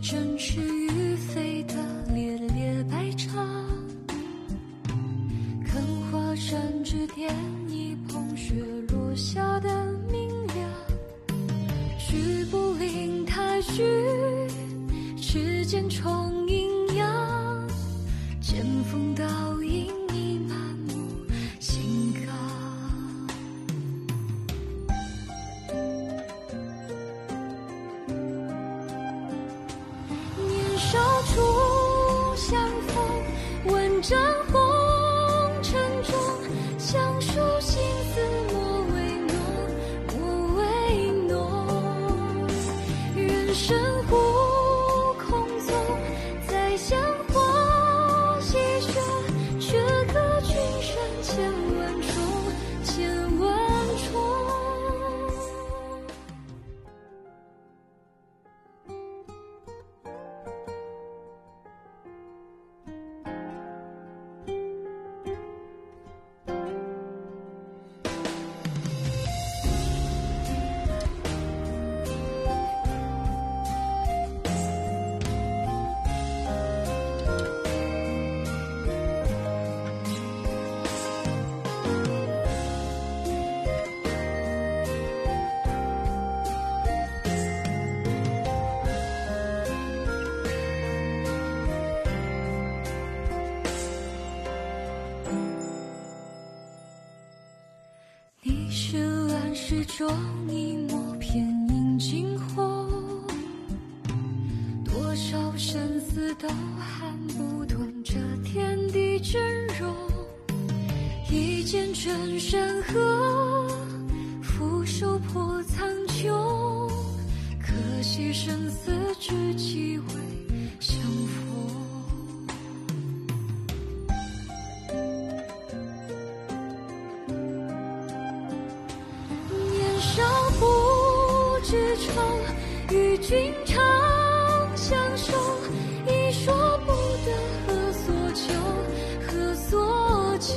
振翅欲飞的猎猎白肠，看华山之巅一捧雪落下的明亮，许不令他许，世间充阴阳，剑锋倒影你满目心刚。年少初相逢，问斩红尘中，相书心思莫为浓，莫为浓。人生忽空纵，再相花戏谑，却隔群山千万重，千万重。你是乱世中一抹片影惊鸿，多少生死都撼不动这天地真容。一剑震山河，俯首破苍穹，可惜生死之机未相逢。知愁与君长相守，一说不得何所求，何所求。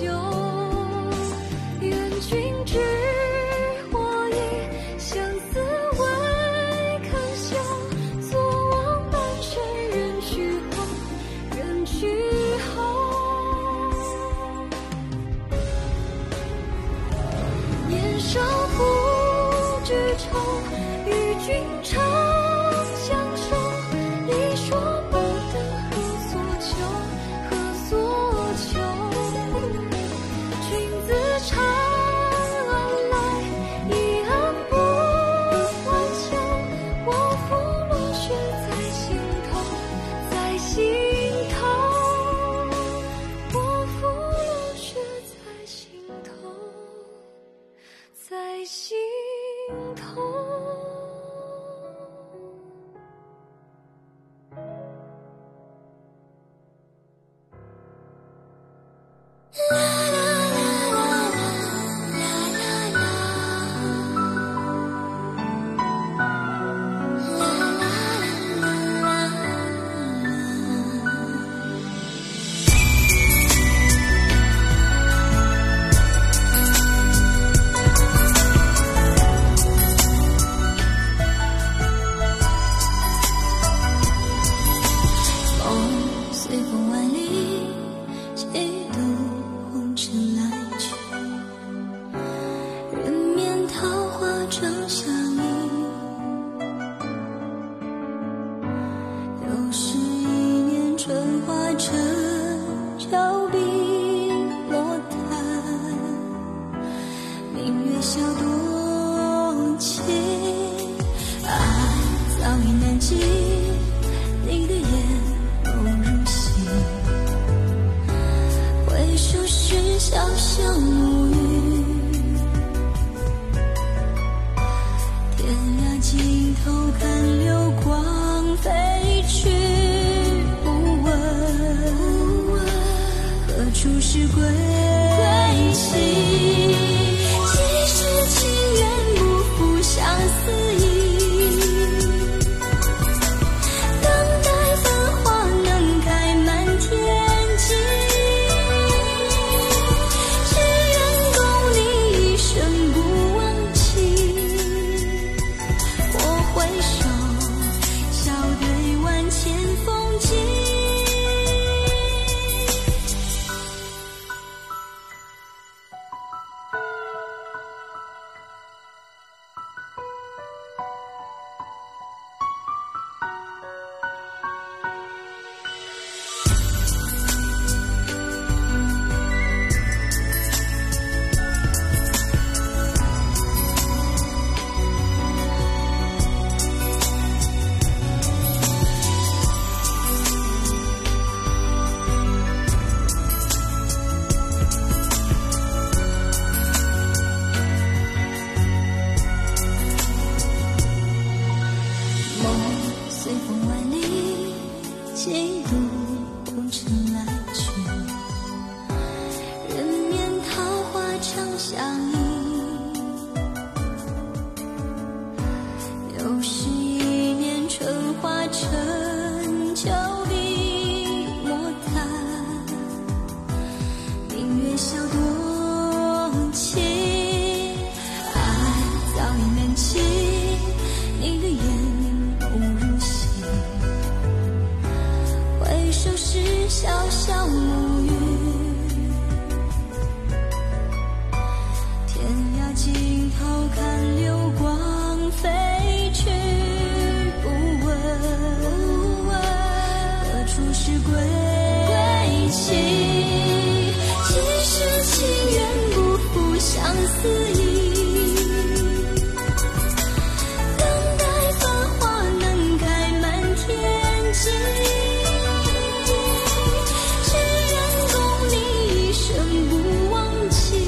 愿君知我意，相思未肯休。昨往半生人去后，人去后。年少不知愁，与君长相守，一说不得何所求，何所求。君自长安来，一案不还休。我负落雪在心头，在心头。我负落雪在心头，在心头。 随风万里，几度红尘来去，人面桃花常相依。又是一年春花成秋笔墨淡，明月笑多情，爱早已难弃，你的眼眸如洗，回首时潇潇暮雨，天涯尽头看流光飞去，不问何处是归期，几世情缘不负相思意，等待繁花能开满天际，只愿共你一生不忘记。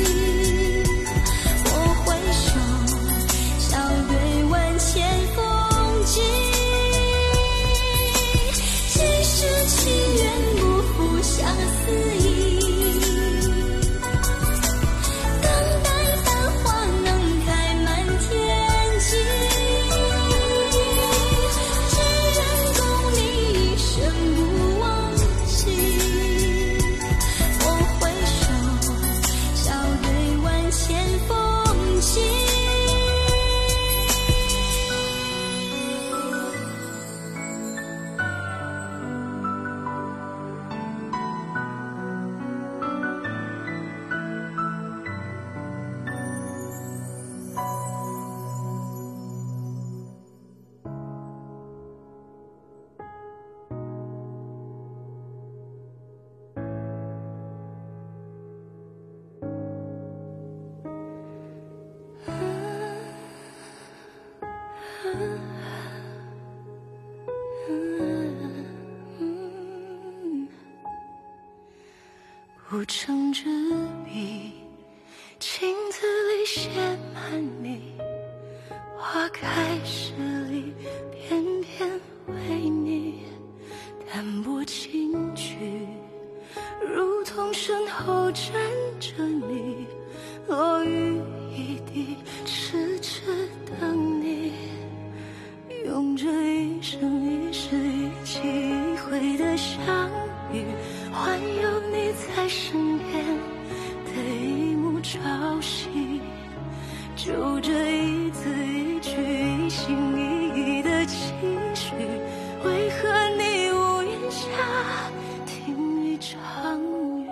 我回首笑对万千风景，几世情缘不负相思意，等待繁花能开满天际，只愿共你一生不忘记。我回首笑对万千风景。不成之笔，镜子里写满你，花开时里偏偏为你，淡泊轻举，如同身后站着你，落雨一地，痴痴等你，用这一生一世一起一回的相遇，换有你在身边的一幕朝夕，就这一字一句一心一意的期许，为何你屋檐下听一场雨？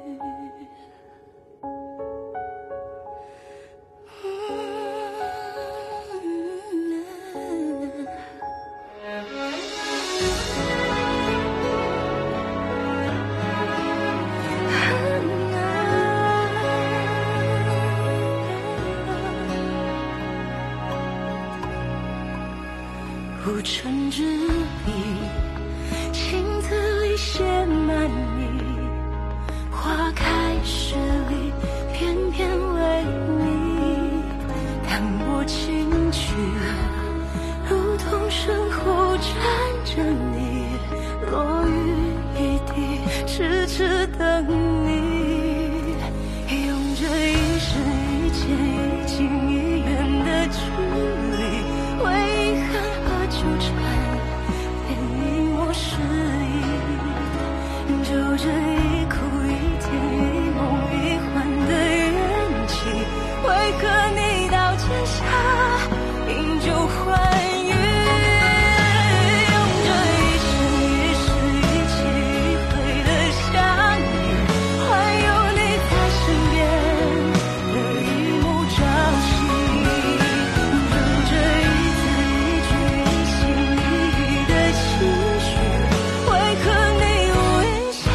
不成之笔，镜子里写满你，花开时里偏偏为你，淡泊轻举，如同身后站着你，落雨一地，痴痴等你，用这一生一见一近一远的距离，为何纠缠，连一抹诗意，就这一哭一甜一梦一幻的缘起，为何你到剑下饮酒欢愉，用这一生一世一起一回的相遇，还有你在身边的一幕朝夕，就这一字一句一心一意的期许，为何你屋檐下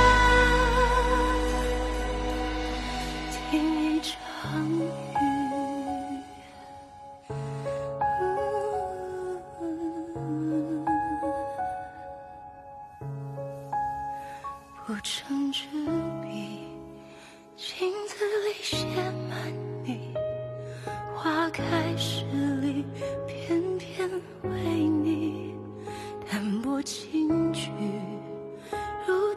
听一场雨？不成之笔，镜子里写满你，花开时里偏偏为你，淡泊轻举，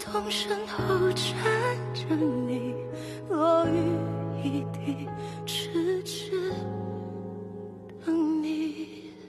从身后缠着你，落雨一地，痴痴等你。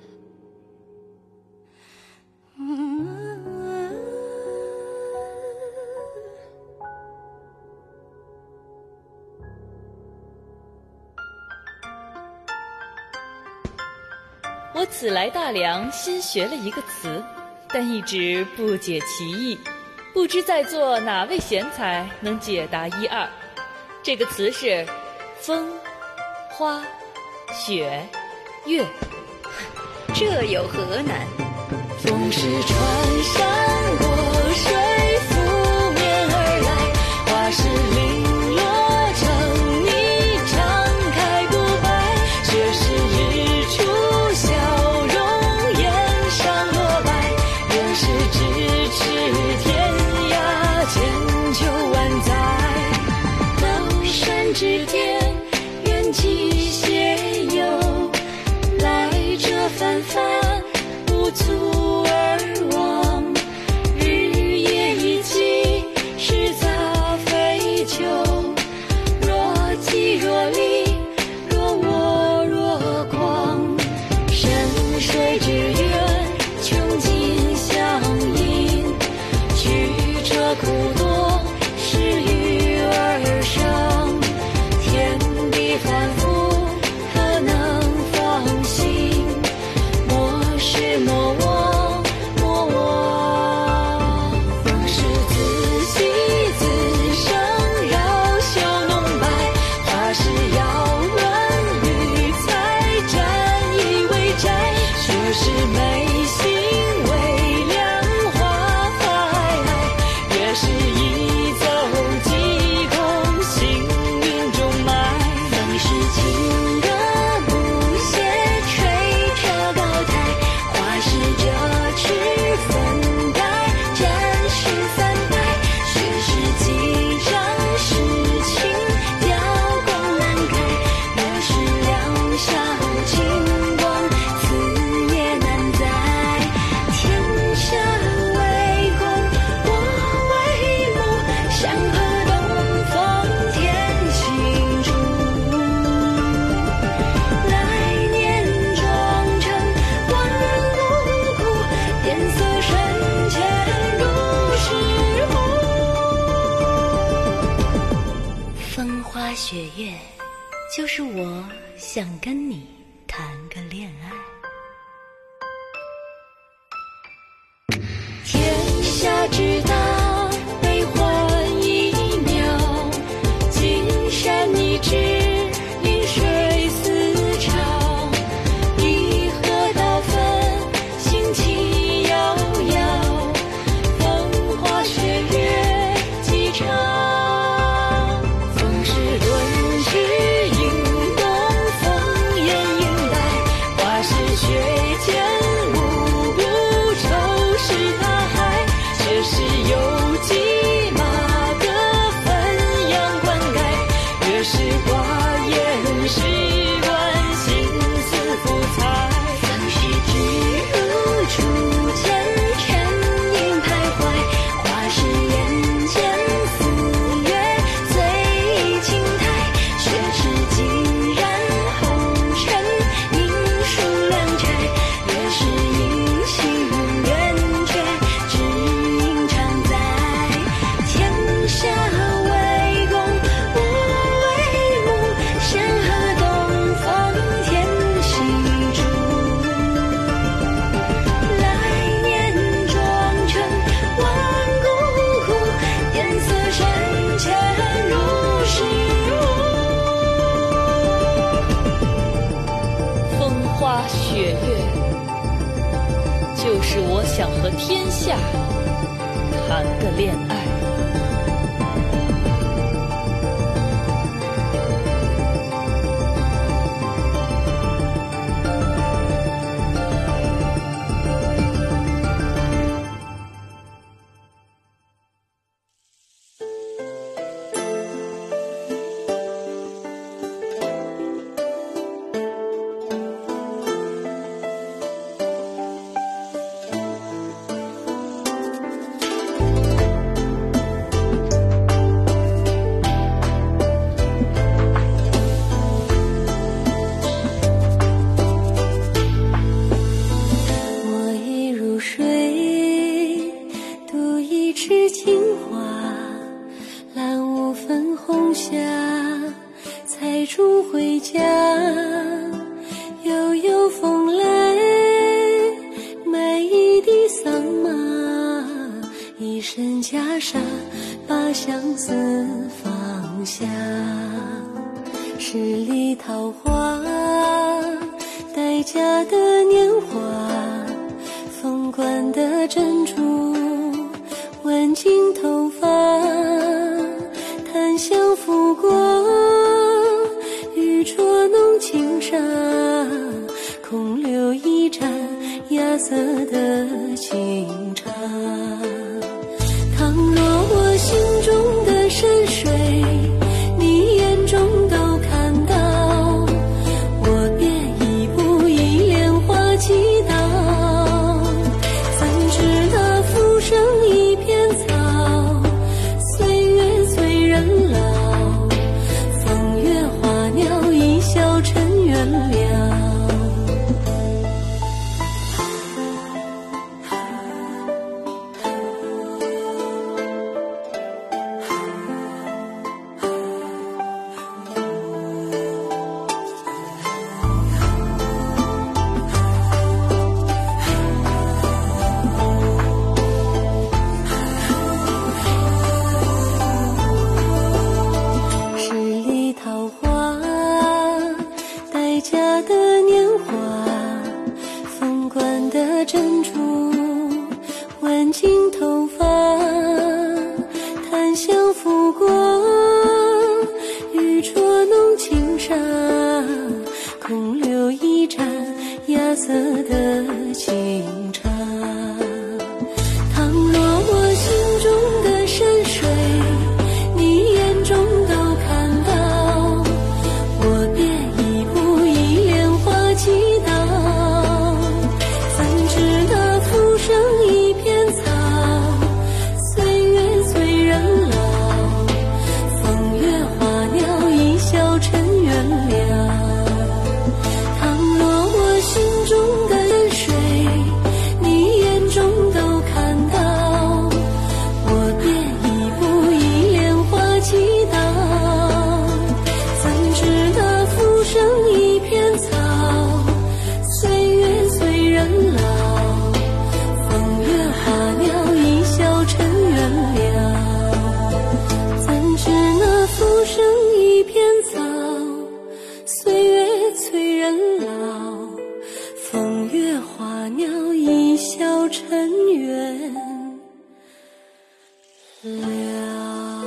我此来大梁新学了一个词，但一直不解其意，不知在座哪位贤才能解答一二。这个词是风、花、雪、月， 这有何难？ 风是船上过水拂面而来，花是零落成泥张开不败，雪是日出笑容颜上落白，月是咫尺天涯千秋万载， 高山之巅远寄斜游，来者纷纷无足而忘，日夜一起是杂飞秋，若即若离，若我若狂，深水之远，穷尽相依，曲折苦多，是鱼而生，天地反复，可能放心，莫失莫忘，莫忘。风是自喜自生，绕袖弄白，花是摇乱绿彩，沾衣为摘，雪是眉心微凉，花开，月是一走即空，行云中埋。风是情歌不歇，吹彻高台，花是折翅分盖，展翅三百，雪是几张诗情，雕光难开，月是两小清光，此夜难再。天下为公，我为母，山河东风天行处，来年妆成万骨枯，颜色深浅如石乎。风花雪月，就是我想跟你谈个恋爱。天下之大，悲欢一秒，金山一指，临水思潮，离合到分，心气摇摇，风花雪月几场。风是顿时引东风烟云来，花是雪间无故愁是大海，雪是有骑马革汾阳灌溉，月是挂雁时乱，心思复彩。风是指如初见，沉吟徘徊，花是眼前四月醉青苔，雪是浸染红尘，银树两柴，月是阴晴圆缺，只影常在。天下为公，我为母，山河东方天行处，来年妆成万骨枯，颜色深浅如石乎。 风花雪月，就是我想和天下谈个恋爱。 书回家，悠悠风来，买一地桑麻，一身袈裟，把相思放下。十里桃花，待嫁的年华，凤冠的珍珠，挽进头发，檀香拂过，玉镯弄轻纱，空留一盏芽色的清茶。倘若我心中的山水，你眼中都看到，我便一步一莲花祈祷。怎知那浮生一片草，岁月催人老，风月花鸟一笑尘缘了。家的年华，凤冠的珍珠，挽进头发，檀香拂过，玉镯弄轻纱，空留一盏芽色的清茶。倘若我心中的山水，你眼中都看到，我便一步一莲花祈祷。怎知那浮生一片草，岁月催人老，风月花鸟一笑尘缘了。倘若我心中的山水，你眼中都看到，我便一步一莲花祈祷。怎知那浮生一片草，岁月催人老，风月花鸟一笑尘缘了。怎知那浮生一片草，岁月催人老，风月花鸟一笑尘缘了。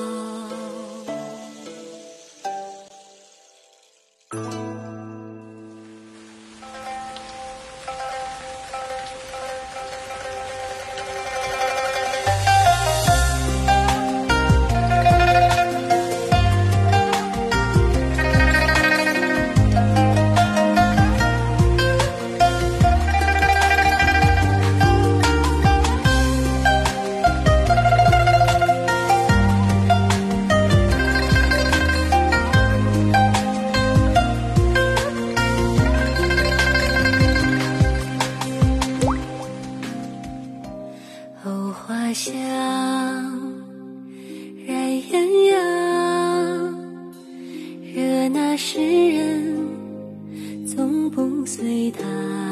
藕花香，染艳阳，惹那诗人总不随他。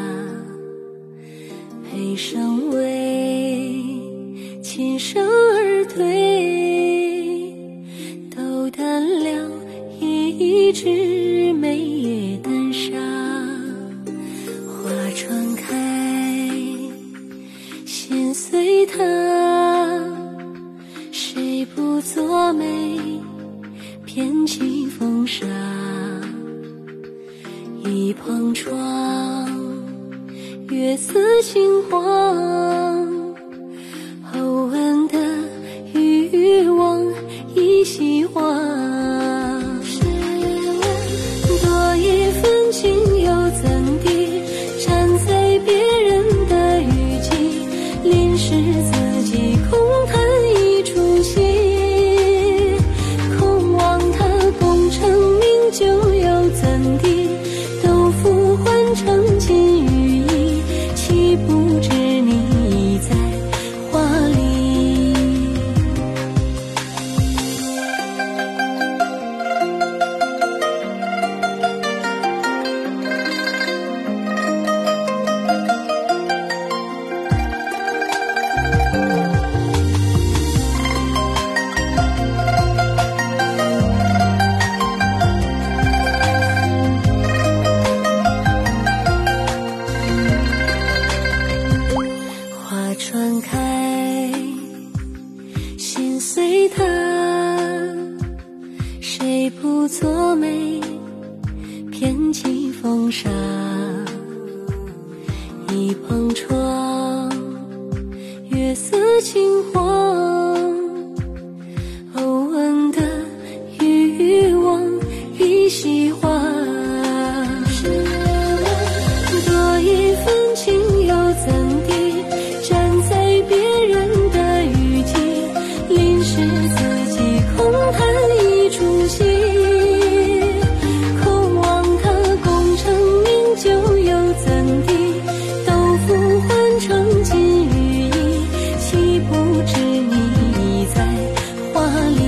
陪声为琴声而退，斗胆了一枝梅叶丹纱。花船开，心随他，谁不作美，偏起风沙。一旁窗，月色金黄，后闻的渔网一席话。试问多一份情又怎地，站在别人的雨季，淋湿自己空谈一出戏。空望他功成名就又怎地，都付换成金羽翼，岂不知你随他，谁不作美，偏起风沙。一碰窗，月色轻晃，偶闻的欲望一席话。多一份情又怎地，站在别人的雨季，淋湿自己空谈一出戏。空望他功成名就又怎地，都付换成金羽衣，岂不知你在画里。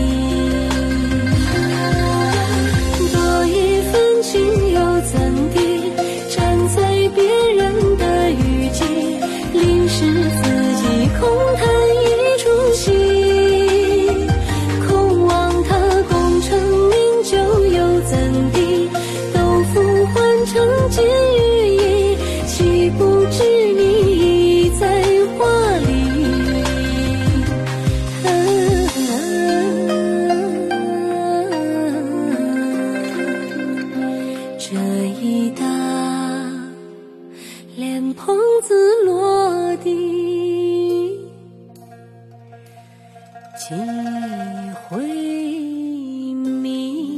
多一份情又怎地，站在别人的雨季，淋湿自己空谈一出戏。空望他功成名就又怎地，都付换成金羽衣，岂不知你在画里。这一打莲蓬子落地，几回迷。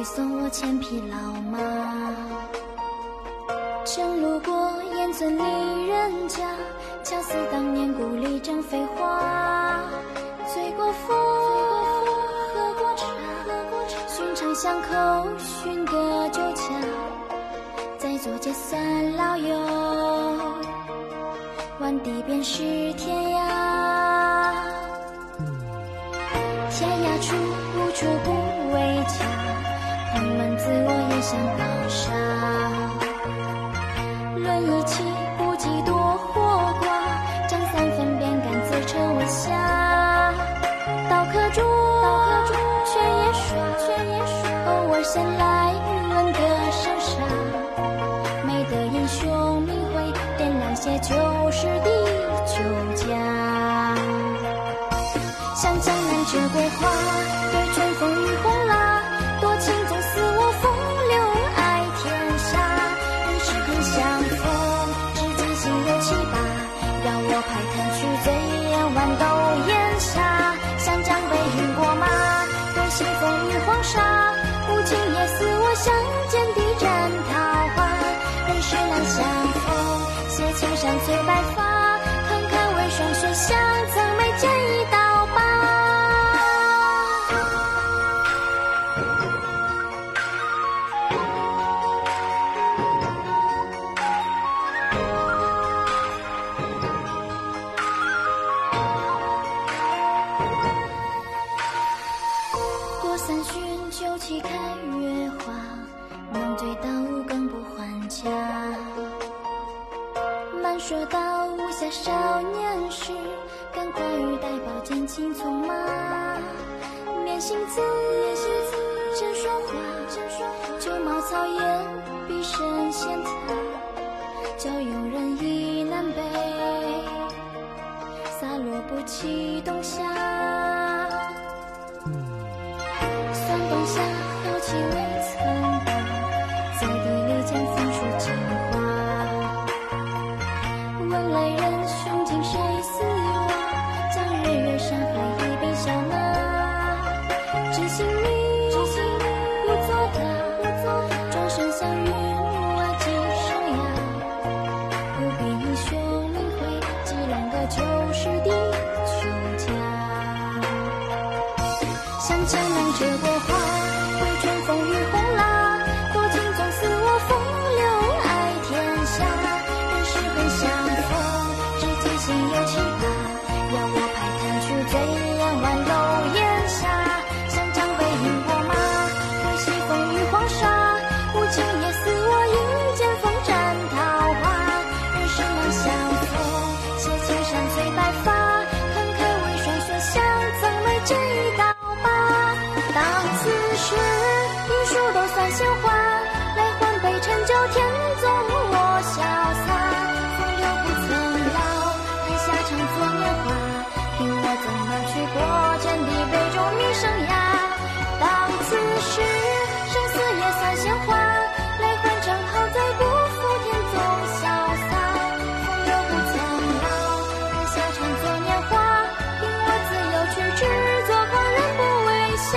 会送我千匹老马。正路过烟村里人家，恰似当年故里正飞花。醉过风，喝过茶，寻常巷口寻个酒家，再坐街三老友，万地便是天涯。天涯处，无处不为家，朋们自我也想报杀。论义气，不计多或寡，沾三分便敢自称为侠。刀可捉，拳也耍，偶尔闲来论个生杀。没得英雄名讳，点燃些旧时的酒家。向江南折过花，对春风与红蜡，多情总似我风流爱天下。人世很相逢，知己心有七八，邀我排坛去醉眼万斗烟霞。湘江北云过马，对西风与黄沙，无情也似我相见的战桃花。人世难相逢，携青山翠白发，看看为霜雪相曾没见一刀疤。过三巡酒旗开月华，能醉到五更不还家。慢说到无暇少年时，赶快与带宝剑轻纵马。面行字，真说话，旧茅草烟，笔身闲杂，教佣人意南北，洒落不起冬夏。算冬夏，豪气未曾达，在地里间风树锦花。问来人雄尽谁似我，将日月山海一笔笑纳。知心你不作答，转身相遇我几生涯。不必英雄名讳，几两个旧时的酒家。向江南折过花，对春风与红蜡，多情总似我风流爱天下。人世很相逢，知己心有七八，邀我排坛去醉眼万楼烟霞。湘江北云过马，对西风与黄沙，无情也似我迎剑锋斩桃花。人世难相逢，携青山翠白发，看看为霜雪相曾没见一刀疤。当此时，一树都算鲜花，来换杯陈酒，天纵我潇洒。风流不曾老，台下唱作年华，凭我怎么去过剑的杯中觅生涯。当此时，生死也算鲜花，来换成陶醉不负天纵潇洒。风流不曾老，台下唱作年华，凭我自由去制作狂人不为笑。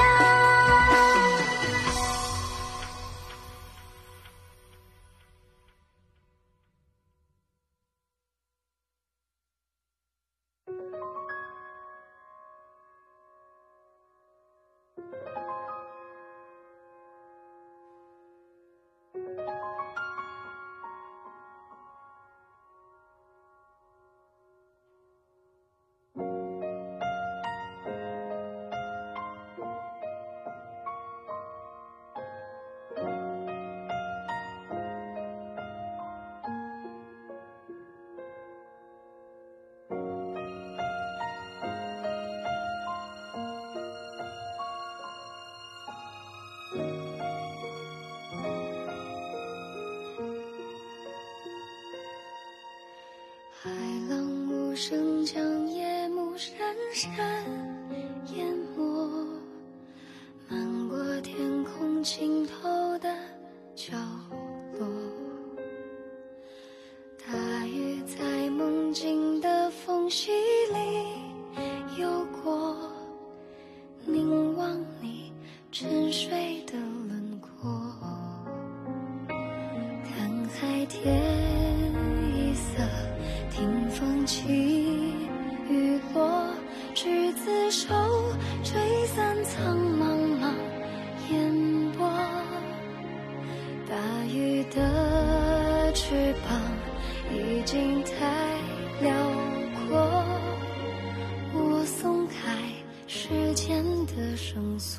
海浪无声将夜幕闪闪淹没，漫过天空尽头的角落。大雨在梦境的缝隙里游过，凝望你沉睡的轮廓。 天一色，听风起雨落，执子手，吹散苍茫茫烟波。大鱼的翅膀已经太辽阔，我松开时间的绳索，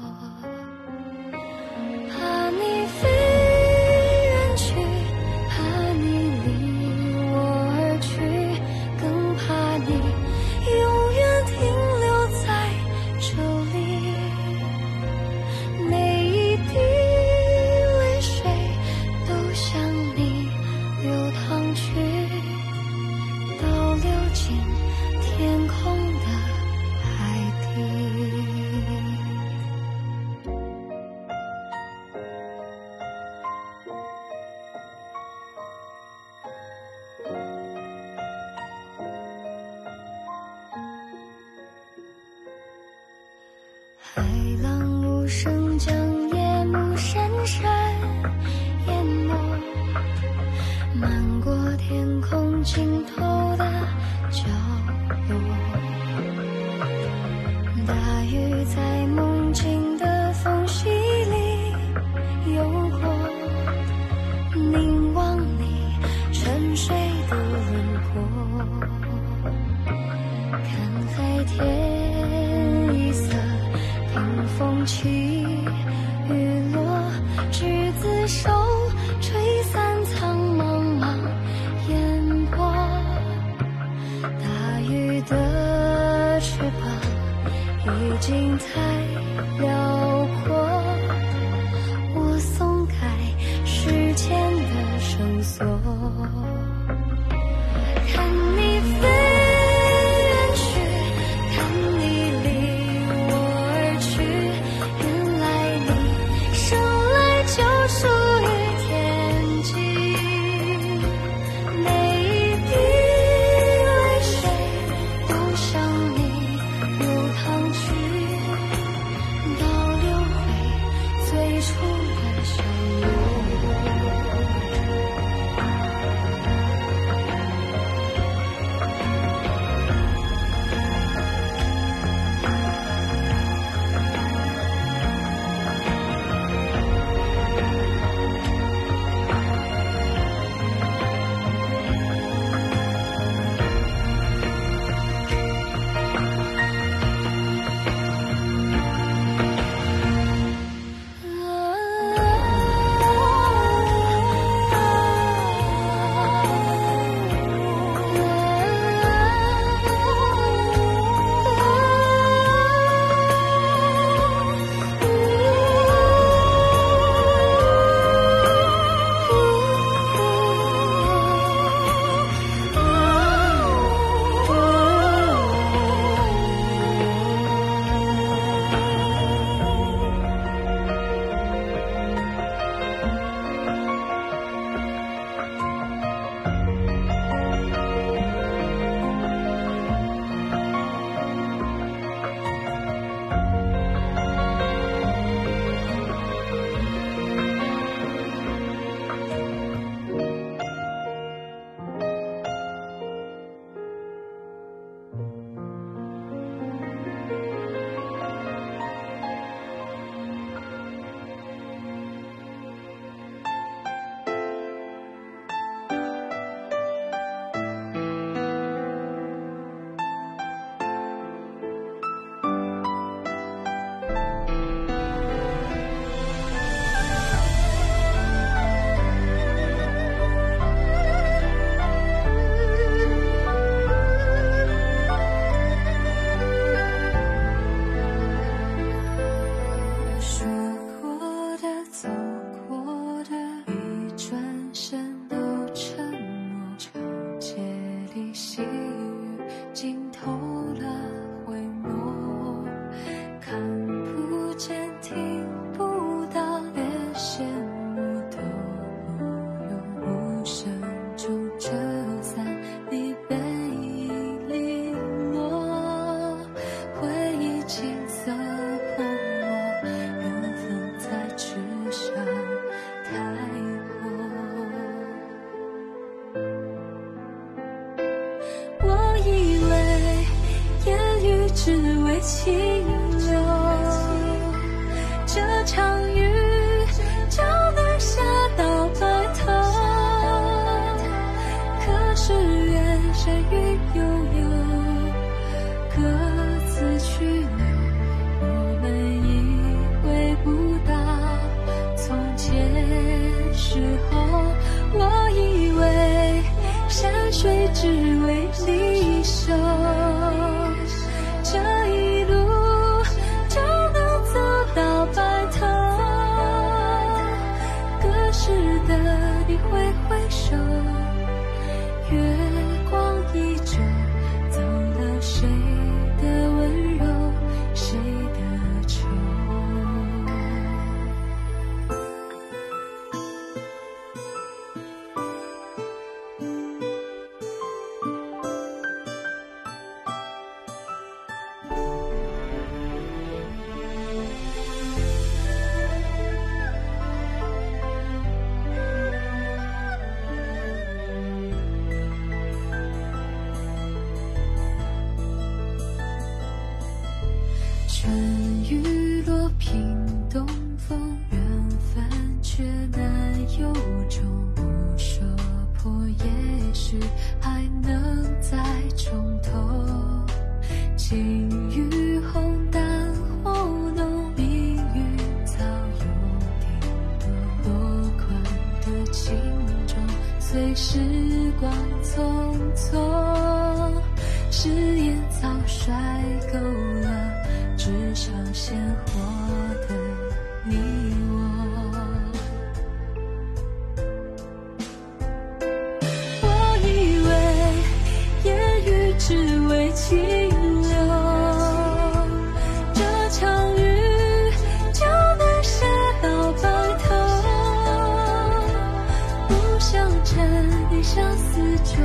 怕你飞远去，怕你离我而去，更怕你永远停留在这里。每一滴泪水都向你流淌去，倒流进天空的海底。海浪无声将夜幕深深淹没，漫过天空尽头的角落。大雨在梦境的缝隙里游过，凝望你沉睡的轮廓，看海天一色，听风起雨落，执子手，吹散苍茫茫烟波。大鱼的翅膀已经太辽阔，我松开时间的绳索，看你飞远去，看你离我而去，原来你生来就属于天际。每一滴泪水都向你流淌去，倒流回最初的相遇。 清流。这场雨就能下到白头，可是远山与悠悠各自去留，我们已回不到从前时候。我以为山水只为离愁，这一路就能走到白头，隔世的你挥挥手，月光依旧，走了谁的温柔，谁的愁。春雨落屏东风，缘分却难有终。不说破，也许还能再重头。情与红淡或浓，命运早有定夺。落款的情衷，随时光匆匆，誓言早摔够了纸上鲜活的你我。我以为言语只为清流，这场雨就能下到白头，不想沉溺相思中，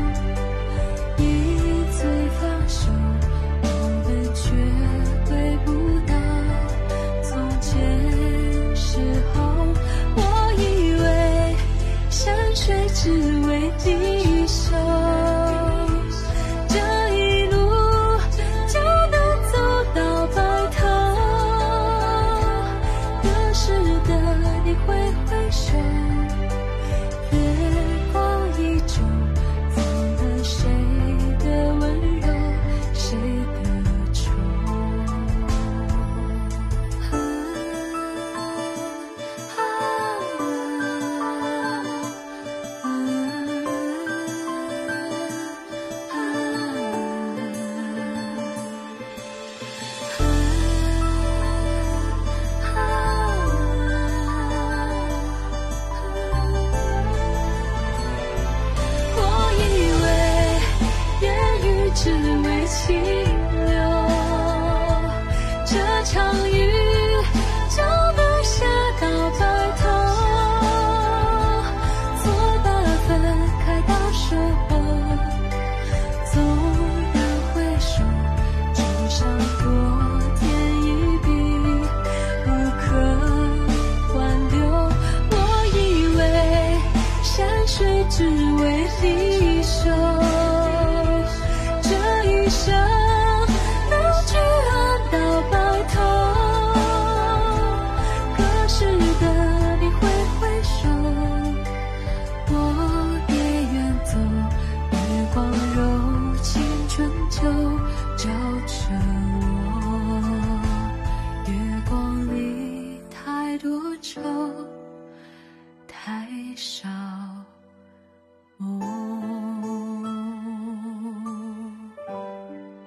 一醉放手，我们却回不到从前时候。我以为山水只为离愁，这一路就能走到白头，隔世的你挥挥手，月光依旧，走了谁的温柔，谁的愁。我以为言语只为清流，这场雨就能下到白头，作罢分开到时候，纵然回首，纸上多添一笔，无可挽留。我以为山水只为离愁，这一生能去安到白头，隔世的你挥挥手，我别远走，月光柔情春秋照着我，月光里太多愁，太少梦。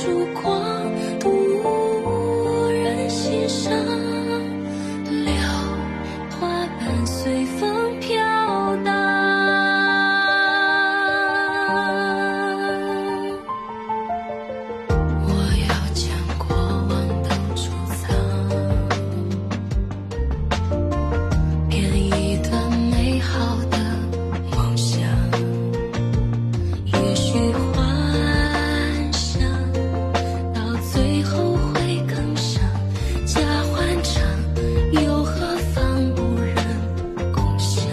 烛光，无人欣赏，榴花瓣随风飘荡。我要将过往都储藏，编一段美好的梦想。也许幻想到最后会更伤，假欢唱又何妨无人共享。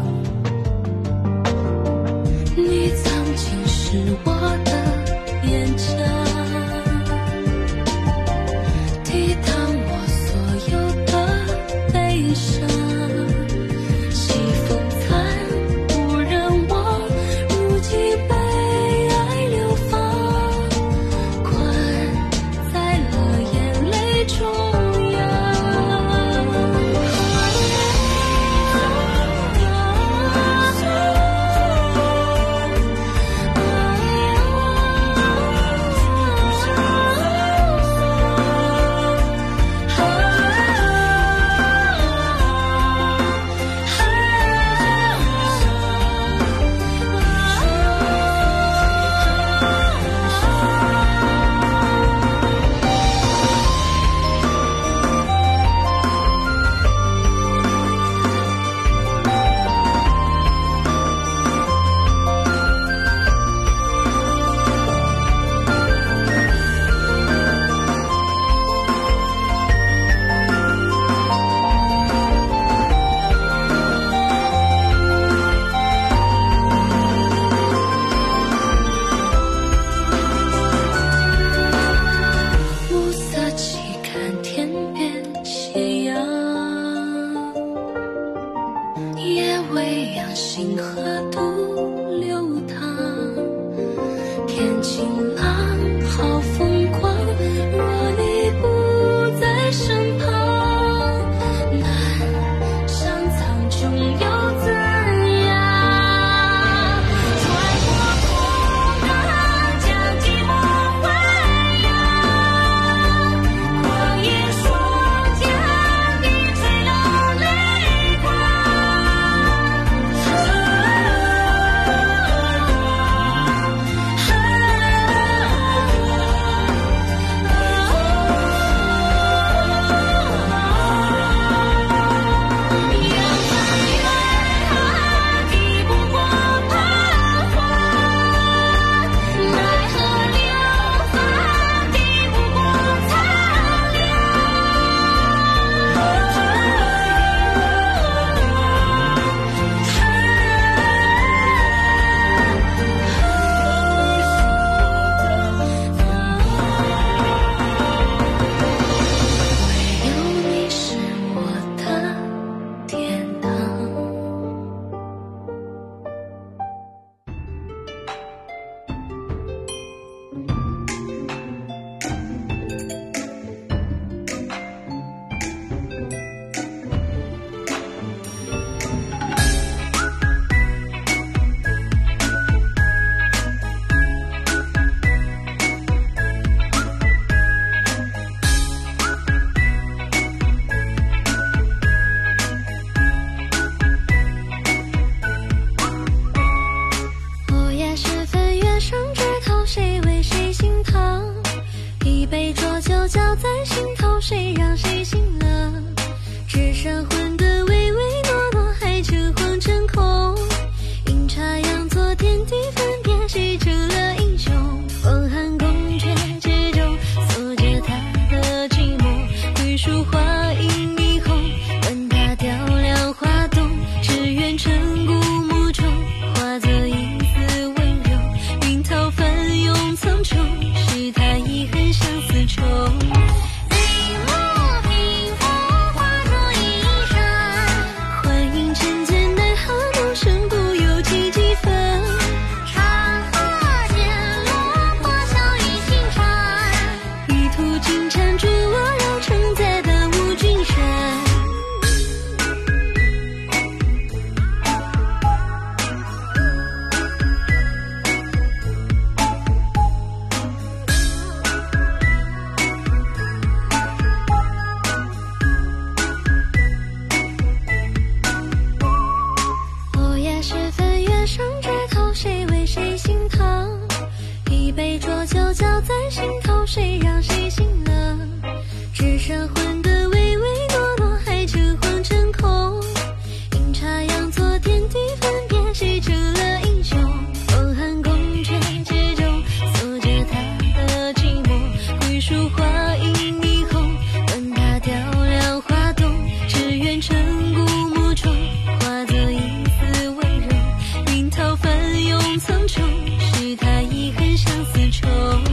你曾经是我的眼角，抵挡我所有的悲伤。西风残，无人望，如今被爱流放，困在了眼泪中央。暮色起，看天边斜阳，夜未央，星河渡流淌。天晴朗，好风光，若你不在身旁，南上苍穹又怎样？穿过空荡，将寂寞豢养，狂野双桨，你吹落泪抵不过彷徨，奈何流放，抵不过苍唯有你是我的天堂。午夜时分，月上枝头，谁为谁心疼？一杯浊酒浇在心头，谁让谁醒了？只剩混得唯唯诺诺，还诚惶诚恐。阴差阳错，天地分别，谁成了英雄？风寒宫阙之中，锁着他的寂寞。桂树花映霓虹，问他雕梁画栋，只愿尘古墓中，化作一丝温柔。云涛翻涌苍穹，是他遗恨相思愁。泪落平复，化作一闪，幻影沉涧，奈何梦生不由其几分。长河渐落，破晓与星川，玉兔金蟾坠落，绕城再伴无君山。 后谁让谁醒了？纸上混得唯唯诺诺，还诚惶诚恐。阴差阳错，天地分别，谁成了英雄？风寒宫阙之中，锁着他的寂寞。桂树花映霓虹，问他雕梁画栋，只愿尘古墓中化作一丝温柔。云涛翻涌苍穹，是他遗恨相思愁。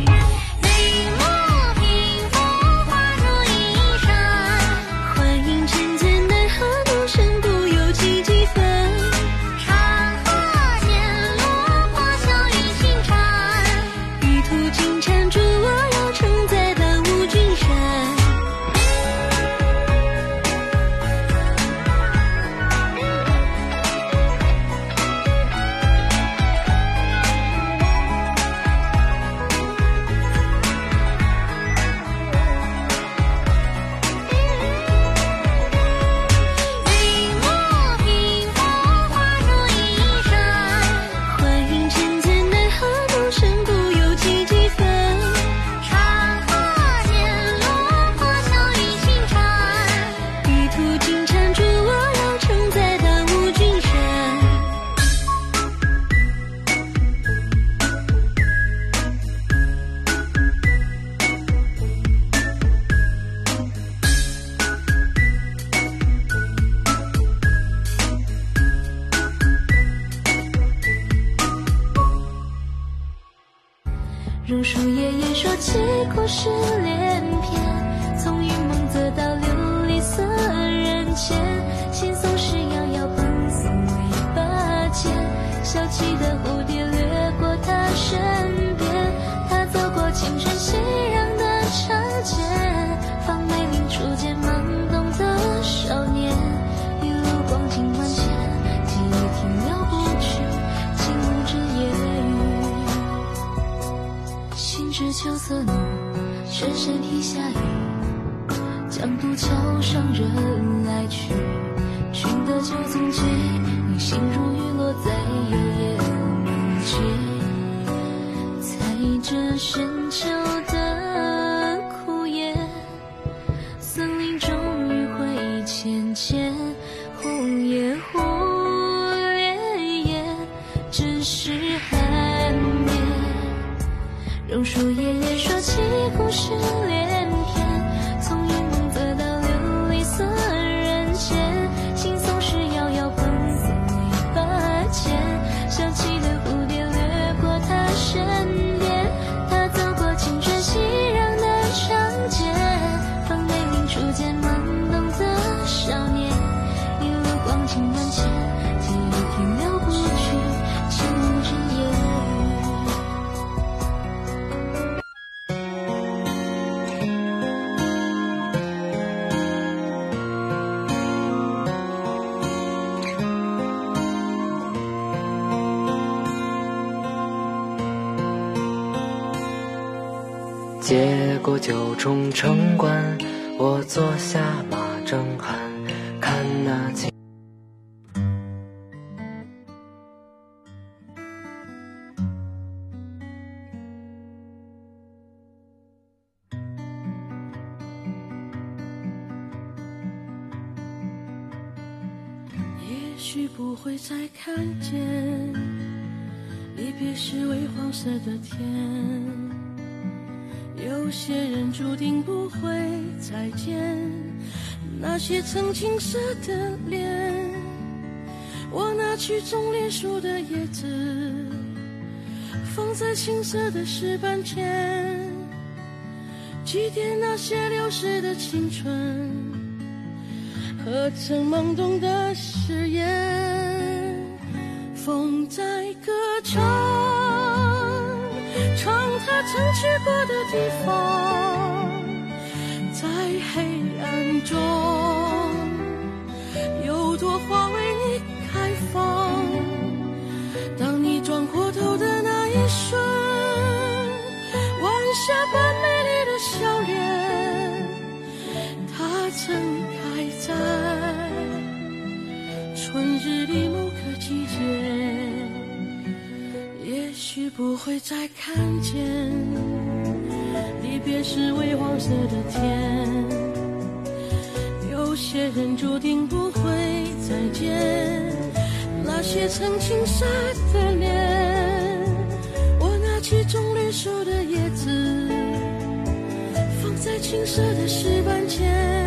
榕树爷爷说起故事连篇，从云梦泽到琉璃色人间，新松时摇摇蓬松尾巴间，小气的蝴蝶掠过他身边，他走过青春熙攘的长街，方梅林初见懵懂的少年，一路光景万千，记忆停留不去，情无之夜雨。心知秋色浓，深深披下雨，江渡桥上人来去，寻得旧踪迹，你心如雨落在幽夜梦境，踩着深秋的枯叶，森林中余晖浅浅，忽夜忽月夜，只是寒眠。榕树爷爷说起故事连篇，从云梦泽到琉璃色人间，新松时摇摇蓬松尾巴间，小气的蝴蝶掠过他身边，他走过青春熙攘的长街，方梅林初见懵懂的少年，一路光景万千，记忆停留不去，情无之夜雨。 接过九重城关，我坐下马正酣，看那青也许不会再看见，离别时微黄色的天，有些人注定不会再见，那些曾青涩的脸，我拿去种莲树的叶子，放在青涩的石板前，祭奠那些流逝的青春和曾懵懂的誓言。风在歌唱，唱他曾去过的地方，在黑暗中有朵花为你开放，当你转过头的那一瞬，晚霞般美丽的笑脸，它曾开在春日里某个季节，也许不会再看见，离别也是微黄色的天。有些人注定不会再见，那些曾青涩的脸，我拿起棕榈树的叶子，放在青涩的石板前，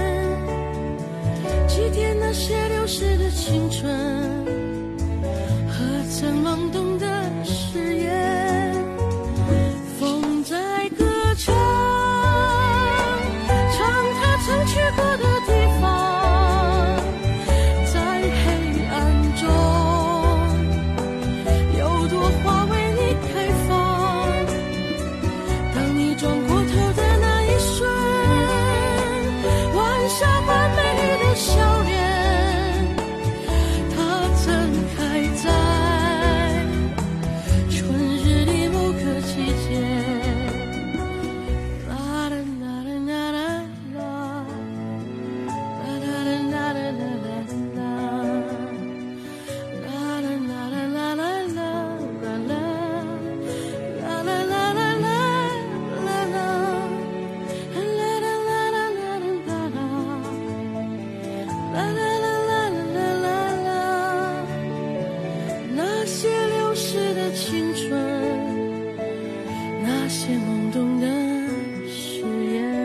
祭奠那些流逝的青春，何曾懵懂的誓言。风在歌唱，唱他曾去过的地方，在黑暗中有朵花为你开放。当你转过头的那一瞬，晚霞般美丽的笑脸，它曾开在春日里某个季节。那些流逝的青春，那些懵懂的誓言。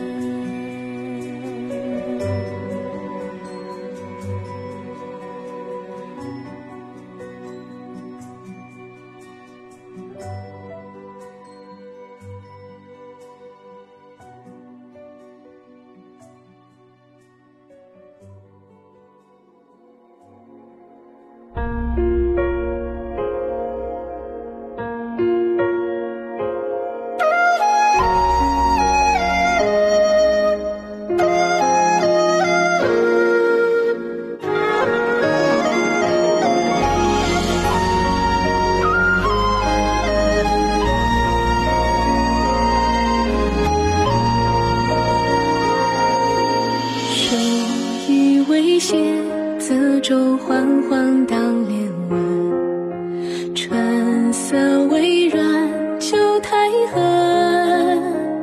泽舟缓缓荡莲纹，春色微软旧台痕。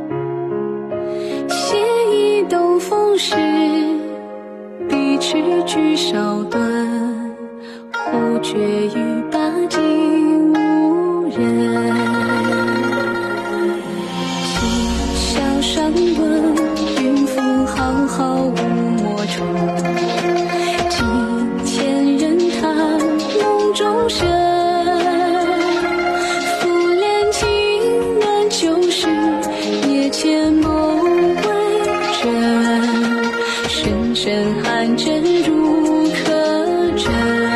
写意东风时，笔持举少顿，忽觉于八境无人。今宵上问，云浮浩浩无墨重。钟声，拂帘轻暖旧时，夜前梦为真，深深寒针如可枕。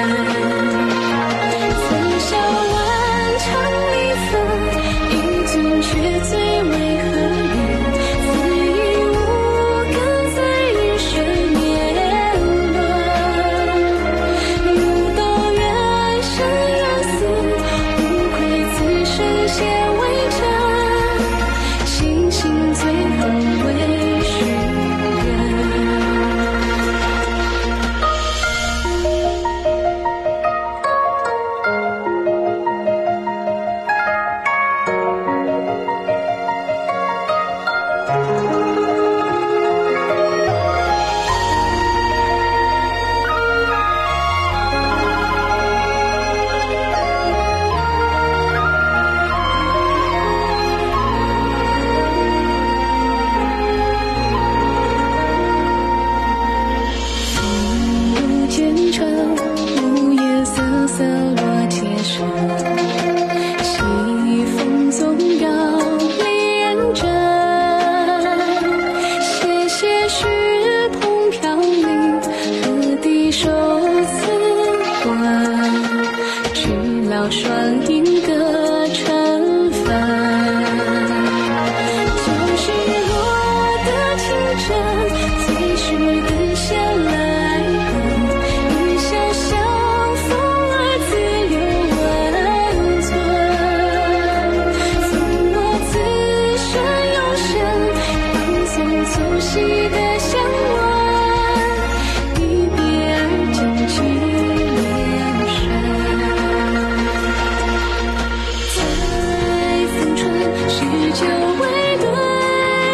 曾笑万场离分，一尊却最为何人？自以无根在人生年轮，入道远山远寺，无愧此生先为真，心性最恨为世人。午夜瑟瑟落街声，西风总摇离人枕。斜斜石棚飘零，何地受此关？知了双影各成分。旧时落的清晨，最是更显了爱恨。粗细的相问，一别而今去连声。在逢春，许久未对，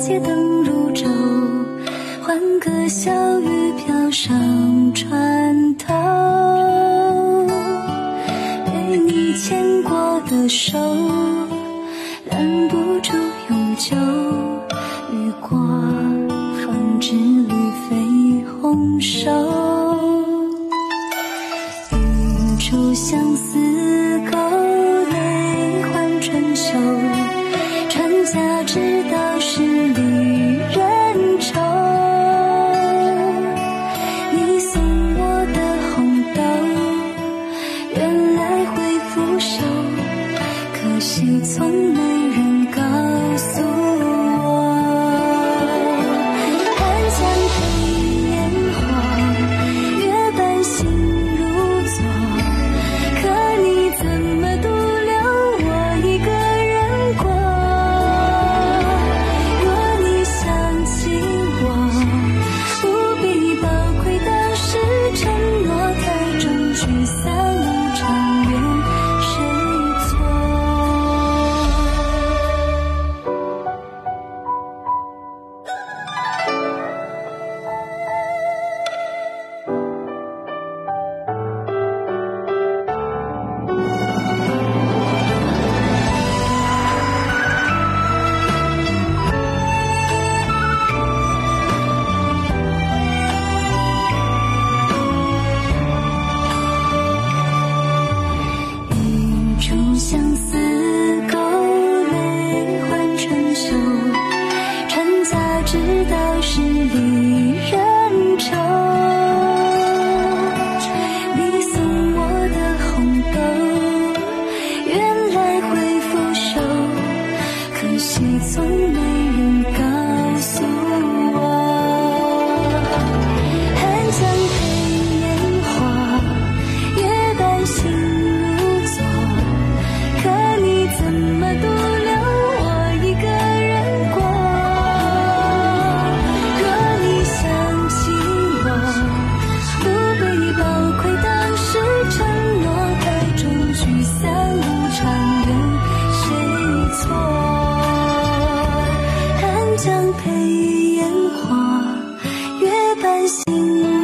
街灯如昼，换个小雨飘上船头，被你牵过的手拦不住永久，雨过方知绿肥红瘦，雨珠相思勾泪换春秋，船家知道是离人愁，你送我的红豆原来会腐朽，可惜从没人告诉我，寒江黑烟火，月半心如昨，可你怎么独留我一个人过？若你想起我，不必宝贵当时承诺，太重聚散无常，愿谁错？雨珠相思勾泪换春秋，船家知道是离人愁，你送我的红豆原来会腐朽，可惜从没人告诉我，寒江黑烟花，月半心如昨，可你怎么独留我一个人过？若你想起我，不必宝贵当时承诺，太重聚散无常，愿谁错？寒江配烟花，月半心